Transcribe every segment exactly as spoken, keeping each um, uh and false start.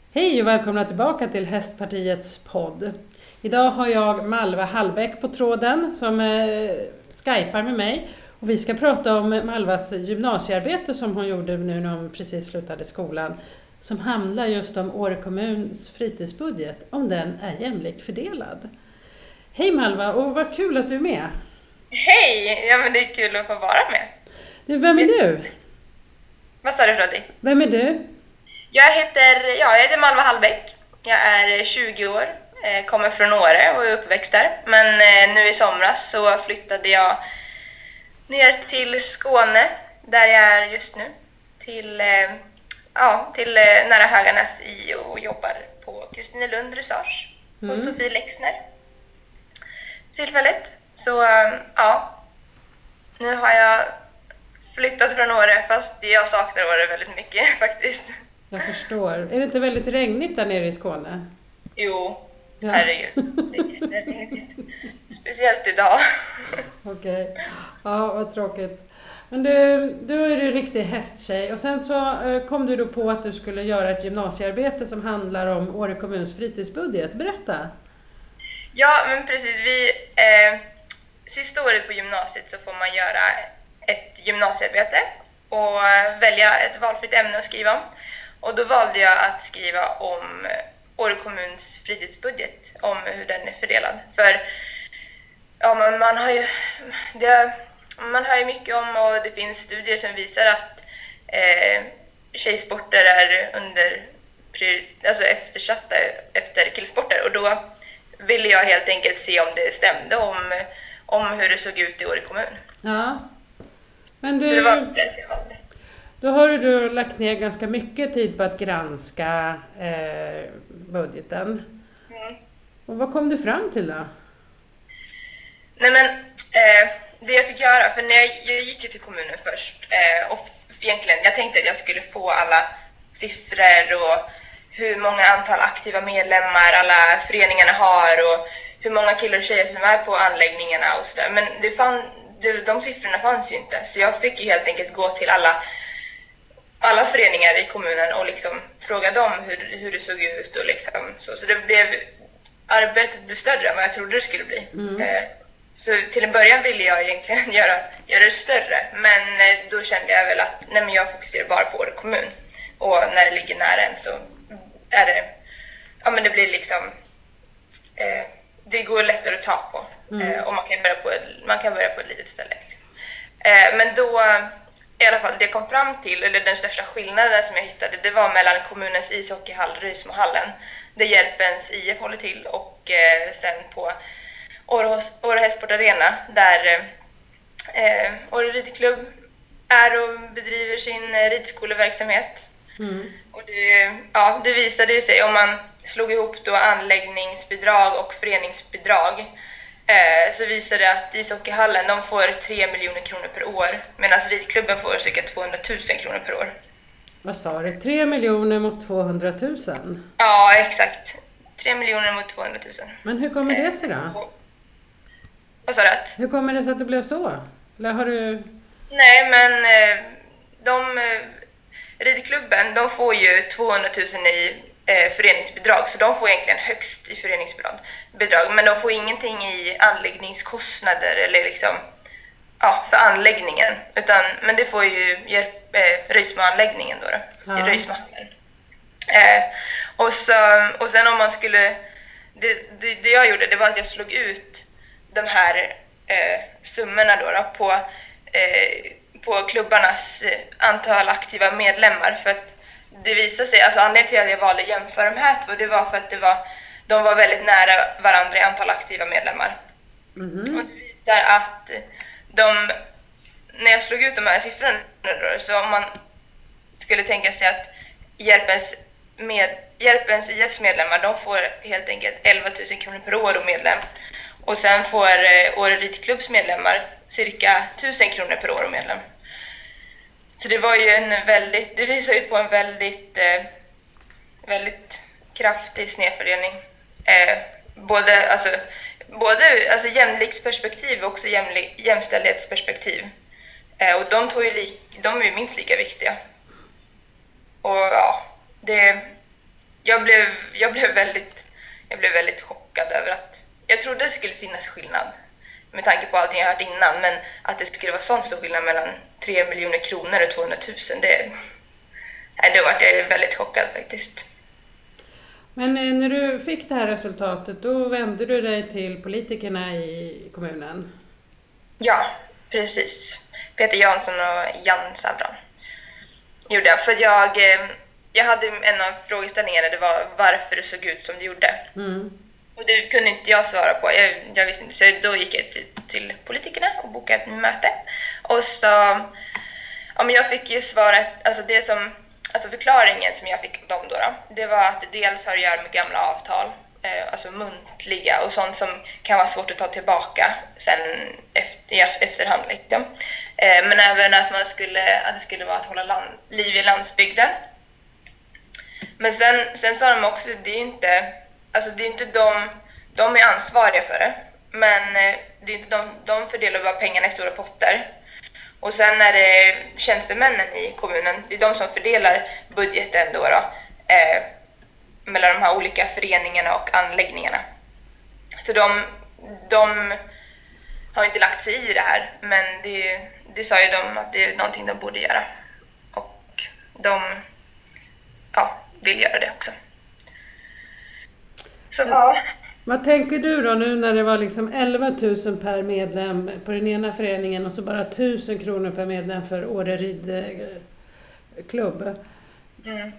Hej och välkomna tillbaka till Hästpartiets podd. Idag har jag Malva Hallbäck på tråden som eh, skypar med mig. Och vi ska prata om Malvas gymnasiearbete som hon gjorde nu när hon precis slutade skolan. Som handlar just om Åre kommuns fritidsbudget, om den är jämlikt fördelad. Hej Malva, och vad kul att du är med. Hej! Ja, men det är kul att få vara med. Du, vem är du? Vad sa du, Freddy? Vem är du? Jag heter, ja, jag heter Malva Hallbäck. Jag är tjugo år, eh, kommer från Åre och är uppväxt där. Men eh, nu i somras så flyttade jag ner till Skåne, där jag är just nu. Till, eh, ja, till eh, nära Höganäs i och jobbar på Kristinelund Dressage Mm. och Sofie Lexner. Tillfälligt. Så eh, ja, nu har jag flyttat från Åre, fast jag saknar Åre väldigt mycket faktiskt. Jag förstår. Är det inte väldigt regnigt där nere i Skåne? Jo, Ja. herregud. Det är jätteregnigt. Speciellt idag. Okej, ja vad tråkigt. Men du, du är ju riktig hästtjej och sen så eh, kom du då på att du skulle göra ett gymnasiearbete som handlar om Åre kommuns fritidsbudget. Berätta! Ja, men precis. Vi, eh, sista året på gymnasiet så får man göra ett gymnasiearbete och välja ett valfritt ämne att skriva om. Och då valde jag att skriva om Åre kommuns fritidsbudget, om hur den är fördelad. För ja, man, man har ju det, man hör ju mycket om, och det finns studier som visar att eh, tjejsporter är under alltså eftersatta efter killsporter, och då ville jag helt enkelt se om det stämde om, om hur det såg ut i Åre kommun. Ja, men Så det du, var därför jag valde. då har du lagt ner ganska mycket tid på att granska eh, budgeten. Mm. Och vad kom du fram till då? Nej, men eh, det jag fick göra, för när jag, jag gick ju till kommunen först eh, och egentligen, jag tänkte att jag skulle få alla siffror och hur många antal aktiva medlemmar alla föreningarna har och hur många killar och tjejer som är på anläggningarna och sådär. Men det fann, det, de siffrorna fanns ju inte, så jag fick ju helt enkelt gå till alla alla föreningar i kommunen och liksom fråga dem hur, hur det såg ut och liksom så. Så det blev, arbetet blev större än vad jag trodde det skulle bli. Mm. Eh, så till en början ville jag egentligen göra, göra det större, men eh, då kände jag väl att nej, men jag fokuserar bara på Åre kommun. Och när det ligger nära en så är det, ja men det blir liksom, eh, det går lättare att ta på. Mm. Eh, och man kan börja på ett, man kan börja på ett litet ställe. Liksom. Eh, men då i alla fall det jag kom fram till, eller den största skillnaden som jag hittade, det var mellan kommunens ishockeyhall, Röjsmohallen, där Järpens I F håller till, och eh, sen på Åre, Åre Hästsport Arena, där eh, Åre ridklubb är och bedriver sin eh, ridskoleverksamhet. Mm. Och det, ja, det visade sig, om man slog ihop då anläggningsbidrag och föreningsbidrag, Eh, så visar det att ishockeyhallen de får tre miljoner kronor per år, medan ridklubben får cirka tvåhundratusen kronor per år. Vad sa du? tre miljoner mot tvåhundratusen? Ja, exakt. tre miljoner mot tvåhundratusen. Men hur kommer det sig då? Eh, vad sa du? Att? Hur kommer det sig att det blev så? Eller har du... Nej, men eh, de, eh, ridklubben de får ju tvåhundratusen i eh, föreningsbidrag, så de får egentligen högst i föreningsbidrag, bidrag, men de får ingenting i anläggningskostnader eller liksom, ja, för anläggningen, utan, men det får ju eh, Röjsmoanläggningen då, då Ja. i Röjsmohallen. Eh, och, så, och sen om man skulle, det, det, det jag gjorde, det var att jag slog ut de här eh, summorna då, då på eh, på klubbarnas antal aktiva medlemmar, för att det visade sig, alltså anledningen till att jag valde att jämföra de här två, det var för att det var, de var väldigt nära varandra i antal aktiva medlemmar. Mhm. Och det visar att de, när jag slog ut de här siffrorna då, så om man skulle tänka sig att Järpens, med, Järpens I Fs medlemmar, de får helt enkelt elva tusen kronor per år och medlem. Och sen får eh, Åre ridklubbs medlemmar cirka tusen kronor per år och medlem. Så det var ju en väldigt, det visar ju på en väldigt, eh, väldigt kraftig snedfördelning. Eh, både, alltså, både alltså jämlikhetsperspektiv och också jämli, jämställdhetsperspektiv. Eh, och de, tog ju lik, de är ju minst lika viktiga. Och ja, det, jag, blev, jag, blev väldigt, jag blev väldigt chockad över att jag trodde det skulle finnas skillnad med tanke på allting jag hört innan, men att det skulle vara sån stor skillnad mellan tre miljoner kronor och tvåhundratusen, det, nej, det var jag väldigt chockad faktiskt. Men när du fick det här resultatet, då vände du dig till politikerna i kommunen? Ja, precis. Peter Jansson och Jan Savran gjorde jag. För jag, jag hade en av frågeställningarna, det var varför det såg ut som det gjorde. Mm. Och det kunde inte jag svara på. Jag, jag visste inte. Så då gick jag till, till politikerna och bokade ett möte. Och så, ja, men jag fick ju svaret, alltså det som, alltså förklaringen som jag fick dem då, då, det var att det dels har att göra med gamla avtal, eh, alltså muntliga och sånt som kan vara svårt att ta tillbaka sen efter, efterhand. Liksom. Eh, men även att man skulle, att det skulle vara att hålla land, liv i landsbygden. Men sen, sen sa de också, det är inte, alltså det är inte de, de är ansvariga för det, men det är inte de, de fördelar bara pengarna i stora potter. Och sen är det tjänstemännen i kommunen, det är de som fördelar budgeten då, då eh, mellan de här olika föreningarna och anläggningarna. Så de, de har inte lagt sig i det här, men det, det sa ju de att det är någonting de borde göra. Och de, ja, vill göra det också. Så, ja. Vad tänker du då nu när det var liksom elva tusen per medlem på den ena föreningen och så bara tusen kronor per medlem för Åre ridklubb? Mm.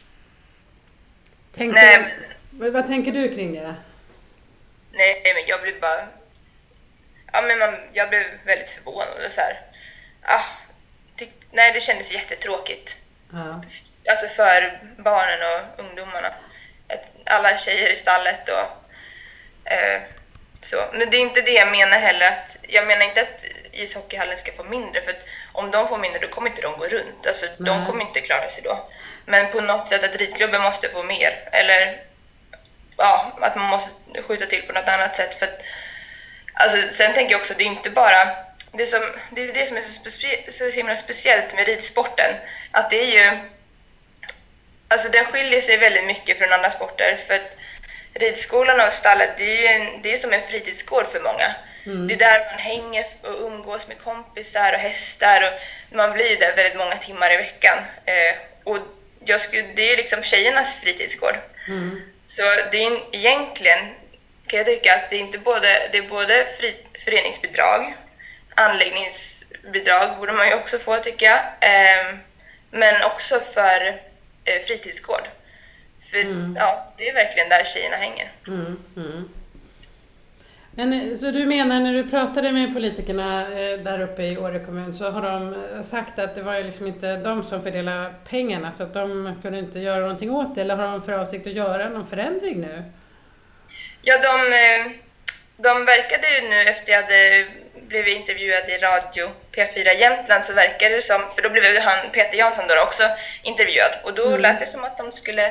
Tänker, nej, men, vad tänker du kring det? Nej, men jag blev bara... Ja, men man, jag blev väldigt förvånad och så här... Ah, det, nej, det kändes jättetråkigt. Ja. Alltså för barnen och ungdomarna. Alla tjejer i stallet och eh, så. Men det är inte det jag menar heller. Att, jag menar inte att ishockeyhallen ska få mindre, för att om de får mindre då kommer inte de gå runt. Alltså de kommer inte klara sig då. Men på något sätt att ridklubben måste få mer. Eller ja, att man måste skjuta till på något annat sätt. För att, alltså, sen tänker jag också, det är inte bara det, som, det är det som är så, specie, så himla speciellt med ridsporten. Att det är ju, alltså den skiljer sig väldigt mycket från andra sporter, för att ridskolan och stallet, det är ju en, det är som en fritidsgård för många. Mm. Det är där man hänger och umgås med kompisar och hästar, och man blir där väldigt många timmar i veckan. Eh, och jag skulle, det är liksom tjejernas fritidsgård. Mm. Så det är egentligen, kan jag tycka, att det är inte både, det är både fri, föreningsbidrag, anläggningsbidrag borde man ju också få, tycker jag. Eh, men också för fritidsgård. För mm. ja, det är verkligen där tjejerna hänger. Mm, mm. Men så du menar, när du pratade med politikerna där uppe i Åre kommun, så har de sagt att det var liksom inte de som fördelade pengarna, så att de kunde inte göra någonting åt det, eller har de för avsikt att göra någon förändring nu? Ja, de, de verkade ju nu, efter jag hade blivit intervjuad i radio P fyra Jämtland, så verkade det som, för då blev han Peter Jansson då också intervjuad, och då mm. lät det som att de skulle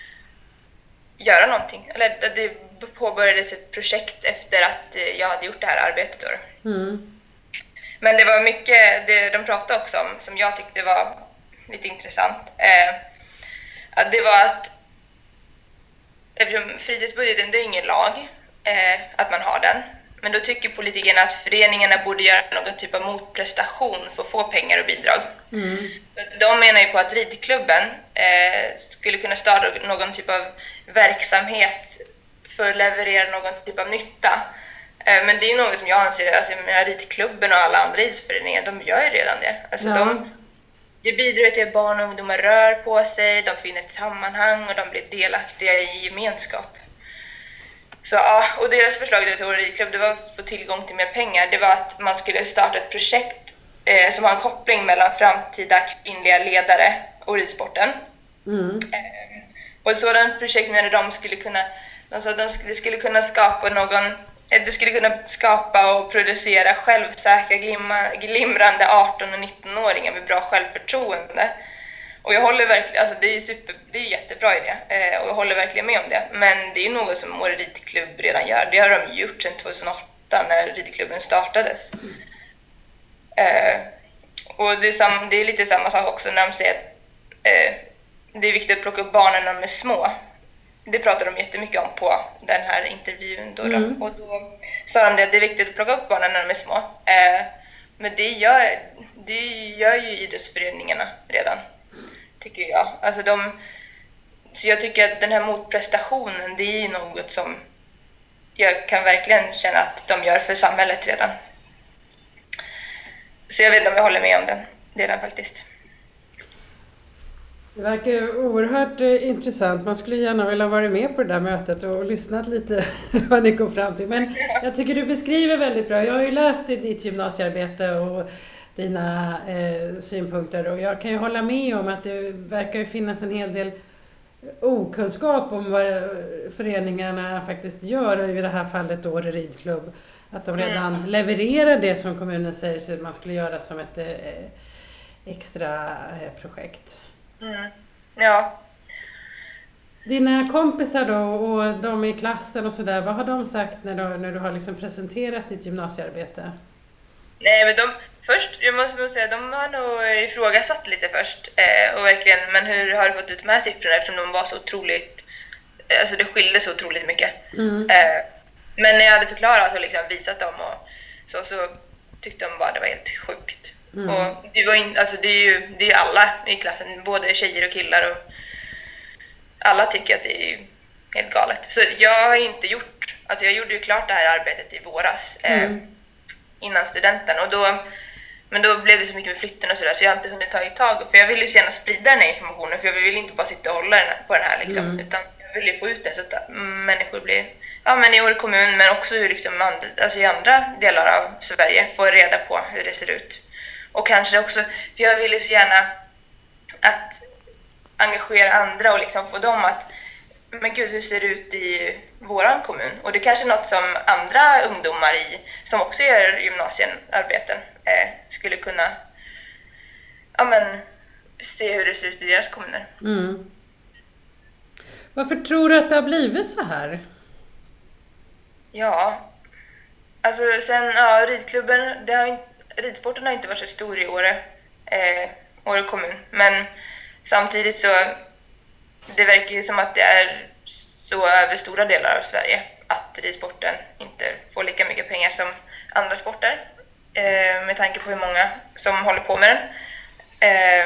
göra någonting, eller det påbörjades ett projekt efter att jag hade gjort det här arbetet då. Mm. Men det var mycket, det de pratade också om, som jag tyckte var lite intressant, eh, att det var att eftersom fritidsbudgeten, det är ingen lag eh, att man har den. Men då tycker politikerna att föreningarna borde göra någon typ av motprestation för att få pengar och bidrag. Mm. De menar ju på att ridklubben eh, skulle kunna starta någon typ av verksamhet för att leverera någon typ av nytta. Eh, men det är ju något som jag anser, alltså jag menar, ridklubben och alla andra idrottsföreningar, de gör ju redan det. Alltså ja. de, det bidrar till att barn och ungdomar rör på sig, de finner ett sammanhang och de blir delaktiga i gemenskap. Så ja, och deras förslag till Åre ridklubb, det var att få tillgång till mer pengar. Det var att man skulle starta ett projekt eh, som har en koppling mellan framtida kvinnliga ledare och ridsporten. Mm. Eh, och ett sådant projekt när de skulle kunna, alltså de skulle, skulle kunna skapa någon, eh, det skulle kunna skapa och producera självsäkra, glimma, glimrande arton- och nittonåringar med bra självförtroende. Och jag håller verkligen, alltså det är super, det är jättebra idé, eh, och jag håller verkligen med om det. Men det är något som Åre ridklubb redan gör. Det har de gjort sedan tjugohundraåtta när ridklubben startades. Mm. Eh, och det är, sam, det är lite samma sak också när de säger att eh, det är viktigt att plocka upp barnen när de är små. det pratade de jättemycket om på den här intervjun då, då. Mm. Och då sa de det att det är viktigt att plocka upp barnen när de är små. Eh, men det gör, det gör ju idrottsföreningarna redan, tycker jag. Alltså de, så jag tycker att den här motprestationen, det är något som jag kan verkligen känna att de gör för samhället redan. Så jag vet inte om jag håller med om den delen faktiskt. Det verkar ju oerhört eh, intressant. Man skulle gärna vilja vara med på det där mötet och lyssnat lite vad ni kom fram till. Men jag tycker du beskriver väldigt bra. Jag har ju läst ditt gymnasiearbete och dina eh, synpunkter. Och jag kan ju hålla med om att det verkar ju finnas en hel del okunskap om vad föreningarna faktiskt gör. I det här fallet då ridklubb. Att de redan mm. levererar det som kommunen säger sig att man skulle göra som ett eh, extra eh, projekt. Mm. Ja. Dina kompisar då och de i klassen och sådär, vad har de sagt när du, när du har liksom presenterat ditt gymnasiearbete? Nej, men de, först, jag måste nog säga, de har nog ifrågasatt lite först eh, och verkligen, men hur har du fått ut de här siffrorna eftersom de var så otroligt, alltså det skilde så otroligt mycket. Mm. Eh, men när jag hade förklarat och liksom visat dem och så, så tyckte de bara det var helt sjukt. Mm. Och det, var in, alltså det, är ju, det är ju alla i klassen, både tjejer och killar, och alla tycker att det är helt galet. Så jag har inte gjort, alltså jag gjorde ju klart det här arbetet i våras mm. eh, innan studenten, och då, men då blev det så mycket med flytten och sådär så jag har inte hunnit ta i tag, för jag vill ju gärna sprida den här informationen, för jag vill inte bara sitta och hålla den här, på den här liksom, mm. utan jag vill ju få ut den så att människor blir, ja men i Åre kommun men också hur liksom, alltså i andra delar av Sverige får reda på hur det ser ut. Och kanske också, för jag vill ju så gärna att engagera andra och liksom få dem att, men gud, hur ser det ut i våran kommun? Och det är kanske något som andra ungdomar i, som också gör gymnasiearbeten eh, skulle kunna ja, men, se hur det ser ut i deras kommuner. Mm. Varför tror du att det har blivit så här? Ja, alltså sen, ja, ridklubben, det har inte, ridsporten har inte varit så stor i Åre, eh, Åre kommun, men samtidigt så det verkar ju som att det är så över stora delar av Sverige att ridsporten inte får lika mycket pengar som andra sporter eh, med tanke på hur många som håller på med den. Eh,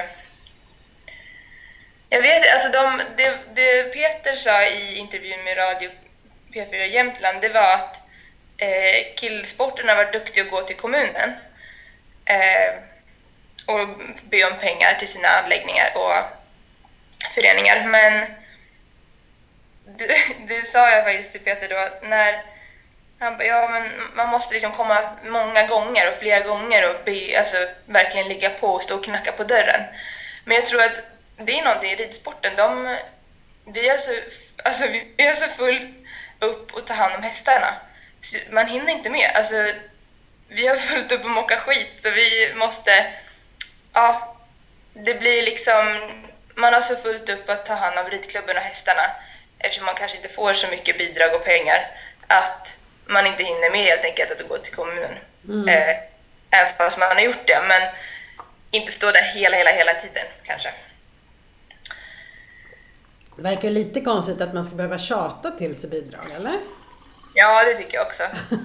jag vet, alltså de, det, det Peter sa i intervjun med Radio P fyra Jämtland, det var att eh, killsporterna var duktiga att gå till kommunen eh, och be om pengar till sina anläggningar och föreningar, men det, det sa jag faktiskt till Peter då, när han bara, ja men man måste liksom komma många gånger och flera gånger och be, alltså verkligen ligga på och stå och knacka på dörren. Men jag tror att det är någonting i ridsporten, de, vi är så, alltså vi är så fullt upp och ta hand om hästarna, så man hinner inte med, alltså vi har fullt upp och mocka skit, så vi måste, ja, det blir liksom, man har så fullt upp att ta hand om ridklubben och hästarna eftersom man kanske inte får så mycket bidrag och pengar att man inte hinner med helt enkelt att gå till kommunen. Mm. Eh, även fast man har gjort det, men inte stå där hela, hela, hela tiden kanske. Det verkar ju lite konstigt att man ska behöva tjata till sig bidrag, eller? Ja, det tycker jag också.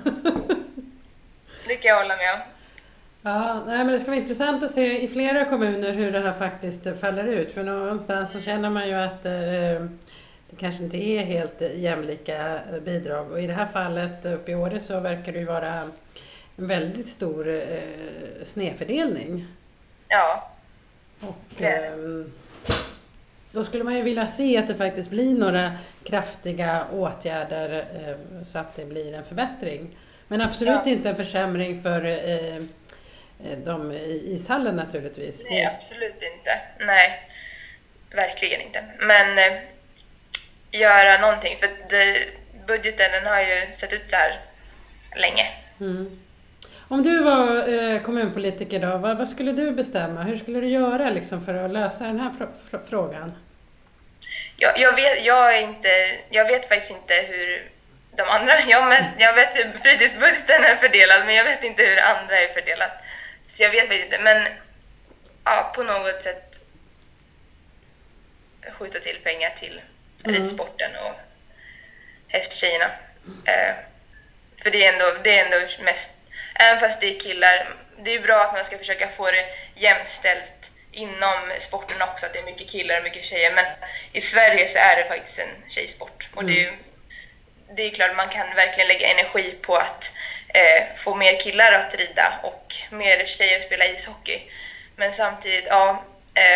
Det kan jag hålla med om. Ja, nej, men det ska vara intressant att se i flera kommuner hur det här faktiskt faller ut. För någonstans så känner man ju att eh, det kanske inte är helt jämlika bidrag. Och i det här fallet uppe i Åre så verkar det ju vara en väldigt stor eh, snedfördelning. Ja. Och eh, då skulle man ju vilja se att det faktiskt blir några kraftiga åtgärder eh, så att det blir en förbättring. Men absolut ja. inte en försämring för eh, de i ishallen naturligtvis. Nej, absolut inte. Nej, verkligen inte. Men eh, göra någonting, för det, budgeten den har ju sett ut så här länge. Mm. Om du var eh, kommunpolitiker då, vad, vad skulle du bestämma? Hur skulle du göra liksom, för att lösa den här pr- frågan? Jag, jag, vet, jag, är inte, jag vet faktiskt inte hur de andra, jag, mest, jag vet hur fritidsbudgeten är fördelad, men jag vet inte hur andra är fördelat. Så jag vet faktiskt inte, men ja, på något sätt skjuta till pengar till mm. ridsporten och hästtjejerna. Eh, för det är, ändå, det är ändå mest, även fast det är killar, det är bra att man ska försöka få det jämställt inom sporten också, att det är mycket killar och mycket tjejer, men i Sverige så är det faktiskt en tjejsport. Och det är ju, det är klart man kan verkligen lägga energi på att eh, få mer killar att rida och mer tjejer att spela ishockey. Men samtidigt, ja, eh,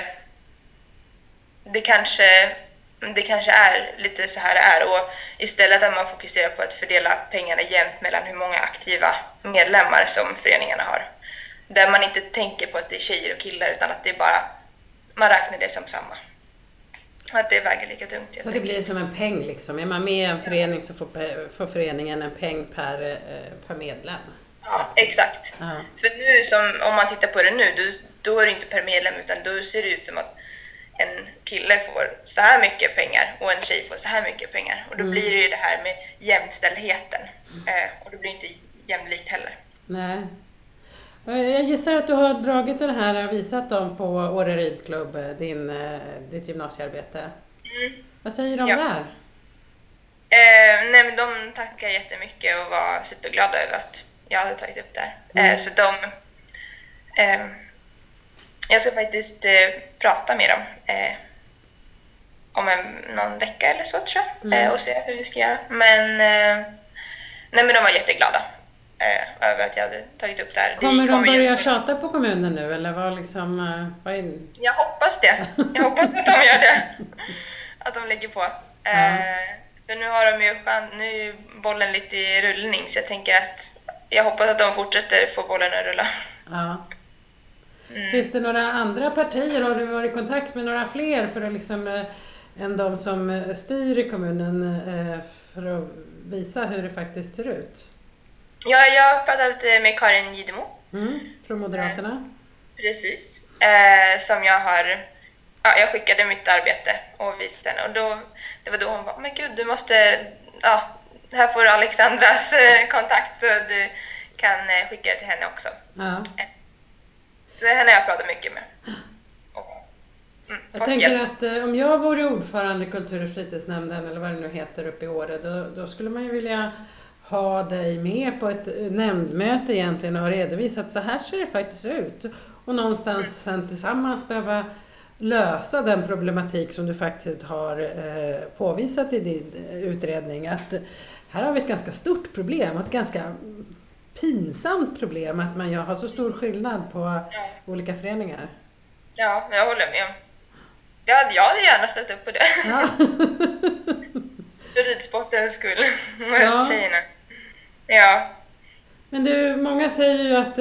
det kanske det kanske är lite så här det är, och istället att man fokuserar på att fördela pengarna jämnt mellan hur många aktiva medlemmar som föreningarna har. Där man inte tänker på att det är tjejer och killar, utan att det är bara, man räknar det som samma. Att det väger lika tungt. Så det blir som en peng liksom. Är man med i en förening så får, får föreningen en peng per, per medlem. Ja, exakt. Ja. För nu, som, om man tittar på det nu, då, då är det inte per medlem, utan då ser det ut som att en kille får så här mycket pengar och en tjej får så här mycket pengar. Och då mm. blir det ju det här med jämställdheten. Mm. Eh, och det blir inte jämlikt heller. Nej. Jag gissar att du har dragit den här, visat dem på Åre ridklubb, din, ditt gymnasiearbete. Mm. Vad säger de ja. där? Eh, nej, men de tackar jättemycket och var superglada över att jag hade tagit upp det här. Mm. Eh, så de... Eh, jag ska faktiskt eh, prata med dem eh, om en, någon vecka eller så, tror jag. Mm. Eh, och se hur vi ska göra. Men, eh, nej, men de var jätteglada. Eh, över att jag hade tagit upp det här. Kommer de kommer börja tjata på kommunen nu, eller vad liksom, vad är... Jag hoppas det. Jag hoppas att de gör det. Att de lägger på. Eh, ja. För nu har de ju, nu är ju bollen lite i rullning, så jag tänker att jag hoppas att de fortsätter få bollen att rulla. Ja. Mm. Finns det några andra partier? Har du varit i kontakt med några fler för att liksom, eh, än de som styr i kommunen, eh, för att visa hur det faktiskt ser ut? Ja, jag har pratat med Karin Gidemo. Mm, från Moderaterna. Eh, precis. Eh, som jag har... Ja, jag skickade mitt arbete och visade henne. Och då, det var då hon bara, men gud, du måste... Ja, här får du Alexandras eh, kontakt och du kan eh, skicka det till henne också. Ja. Eh, så henne har jag pratat mycket med. Och, mm, jag tänker hjälp. att eh, om jag vore ordförande i kultur- och fritidsnämnden, eller vad det nu heter, uppe i Åre, då, då skulle man ju vilja ha dig med på ett nämndmöte egentligen och redovisa att så här ser det faktiskt ut. Och någonstans mm. sen tillsammans behöva lösa den problematik som du faktiskt har eh, påvisat i din utredning. Att här har vi ett ganska stort problem, ett ganska pinsamt problem att man har så stor skillnad på ja. olika föreningar. Ja, jag håller med. Jag hade, jag hade gärna ställt upp på det. Ja. För ridsportens skull. Och hästtjejerna. Ja. Men du, många säger ju att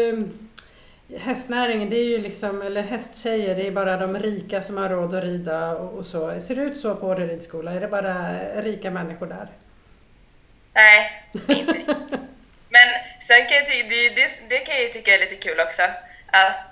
eh, hästnäringen, det är ju liksom, eller hästtjejer, det är bara de rika som har råd att rida och, och så. Ser det ut så på Åre ridskola? Är det bara rika människor där? Nej, inte. Men sen kan jag tycka, det, det, det kan jag tycka är lite kul också. Att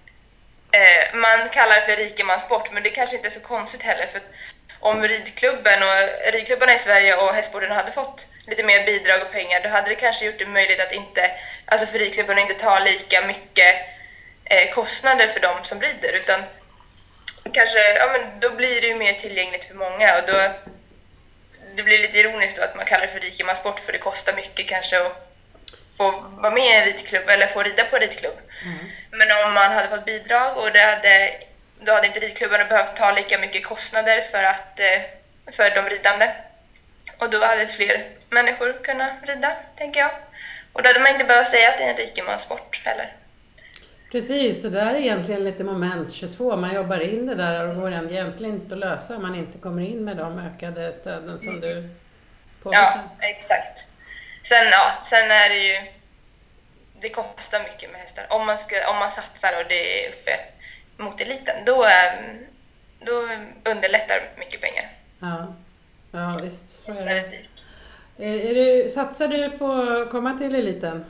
eh, man kallar det för rikemanssport, men det kanske inte är så konstigt heller. För om ridklubben och ridklubbarna i Sverige och hästsporterna hade fått lite mer bidrag och pengar, då hade det kanske gjort det möjligt att inte, alltså för ridklubbarna inte ta lika mycket eh, kostnader för dem som rider, utan kanske, ja men då blir det ju mer tillgängligt för många, och då det blir lite ironiskt då att man kallar det för rikemanssport, för det kostar mycket kanske att få vara med i en ridklubb eller få rida på en ridklubb. Mm. Men om man hade fått bidrag, och det hade, då hade inte ridklubbarna behövt ta lika mycket kostnader för, att, för de ridande. Och då hade fler människor kunnat rida, tänker jag. Och då hade man inte behövt säga att det är en rikemanssport heller. Precis, så det är egentligen lite moment tjugotvå. Man jobbar in det där och går egentligen inte att lösa om man inte kommer in med de ökade stöden som du påvisar. Ja, exakt. Sen, ja, sen är det ju, det kostar mycket med hästar. Om man, ska, om man satsar och det är uppe mot eliten, då, då underlättar mycket pengar. Ja, ja visst. Så är det. Är, är du, satsar du på att komma till eliten?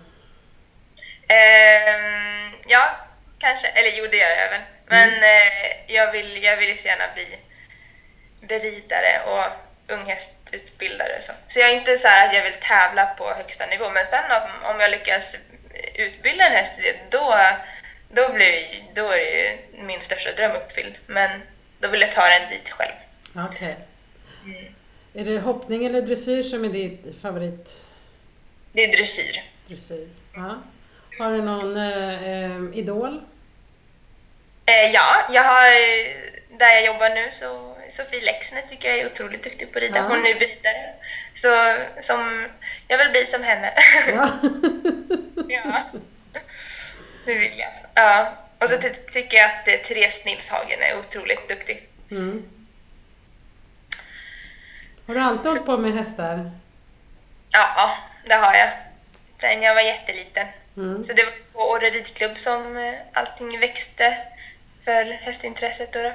Um, ja, kanske. Eller jo, det gör jag även. Men mm. eh, jag vill jag vill gärna bli beridare och unghästutbildare. Så. så jag är inte så här att jag vill tävla på högsta nivå. Men sen om, om jag lyckas utbilda en häst, då, då, blir, då är det min största dröm uppfylld. Men då vill jag ta den dit själv. Okej. Okay. Mm. Är det hoppning eller dressyr som är ditt favorit? Det är dressyr. Dressyr, ja. Har du någon eh, eh, idol? Eh, ja, jag har, där jag jobbar nu så Sofie Lexner tycker jag är otroligt duktig på att rida. Ja. Hon är bridare. Så som, jag vill bli som henne. Ja. Ja, det vill jag. Ja. Och så ty- tycker jag att eh, Therese Nilshagen är otroligt duktig. Mm. Har du alltid hållit på med hästar? Ja, det har jag. Sen jag var jätteliten. Mm. Så det var på Åre ridklubb som eh, allting växte för hästintresset. Då.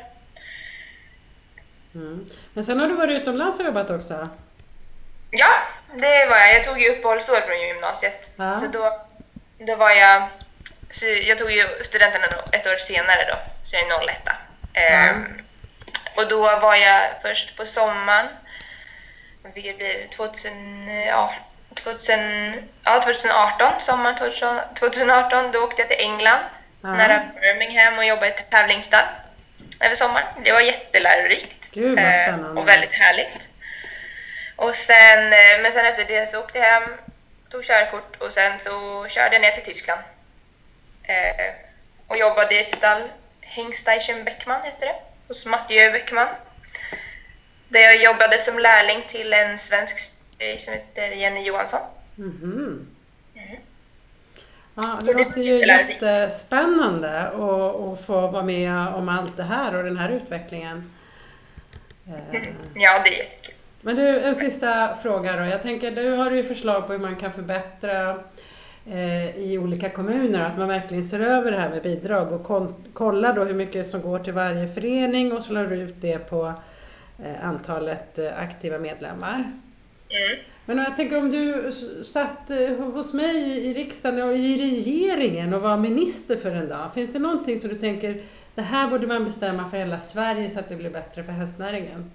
Mm. Men sen har du varit utomlands och jobbat också? Ja, det var jag. Jag tog ju uppehållsår från gymnasiet. Ja. Så då, då var jag... Så jag tog ju studenten ett år senare då. Så jag är noll ett. Ehm, och då var jag först på sommaren. Vilket blir tjugohundraarton, ja, tjugohundraarton, ja, tjugohundraarton, sommaren tjugohundraarton. Då åkte jag till England, Ja. nära Birmingham, och jobbade i ett tävlingsstall över sommaren. Det var jättelärorikt. Gud, vad eh, spännande. och väldigt härligt. Och sen, eh, men sen efter det så åkte jag hem, tog körkort och sen så körde jag ner till Tyskland. Eh, och jobbade i ett stall, Hengsteichen Beckman heter det, hos Mathieu Beckman. Där jag jobbade som lärling till en svensk tjej som heter Jenny Johansson. Mhm. Mm. Ja, Så det det låter var ju jättelärorikt. jättespännande att att få vara med om allt det här och den här utvecklingen. Eh, Ja, det är jättekul. Men du, en sista fråga då. Jag tänker, du har ju förslag på hur man kan förbättra eh, i olika kommuner. Att man verkligen ser över det här med bidrag och kon- kollar då hur mycket som går till varje förening och så lär du ut det på eh, antalet eh, aktiva medlemmar. Mm. Men jag tänker om du s- satt eh, hos mig i riksdagen och i regeringen och var minister för en dag. Finns det någonting som du tänker, det här borde man bestämma för hela Sverige så att det blir bättre för hästnäringen?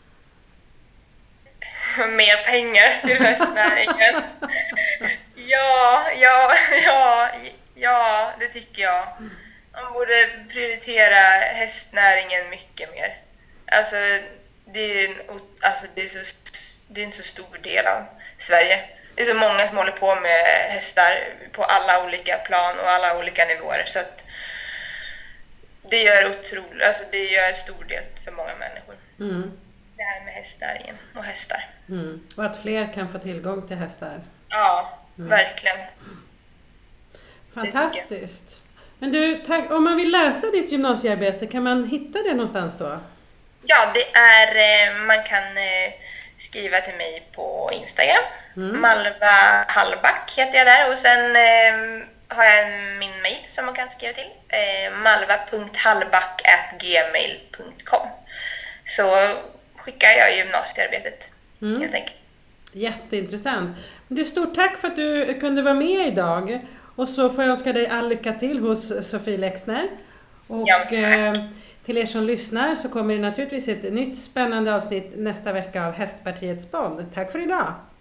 Mer pengar till hästnäringen. Ja, ja, ja, ja, det tycker jag. Man borde prioritera hästnäringen mycket mer. Alltså, det är, en, ot- alltså, det är, så, det är en så stor del av Sverige. Det är så många som håller på med hästar på alla olika plan och alla olika nivåer. Så att det gör otroligt, alltså det gör en stor del för många människor. Mm. Det här med hästnäringen och hästar. Mm. Och att fler kan få tillgång till hästar. Ja, Mm. verkligen. Fantastiskt. Men du, tack, om man vill läsa ditt gymnasiearbete, kan man hitta det någonstans då? Ja, det är, eh, man kan eh, skriva till mig på Instagram. Mm. Malva Hallback heter jag där. Och sen eh, har jag min mail som man kan skriva till. Eh, malva punkt hallback at gmail punkt com. Så skickar jag gymnasiearbetet Mm. helt enkelt. Jätteintressant. Men du, stort tack för att du kunde vara med idag. Och så får jag önska dig all lycka till hos Sofie Lexner. Och Ja, tack. eh, till er som lyssnar så kommer det naturligtvis ett nytt spännande avsnitt nästa vecka av Hästpartiets podd. Tack för idag!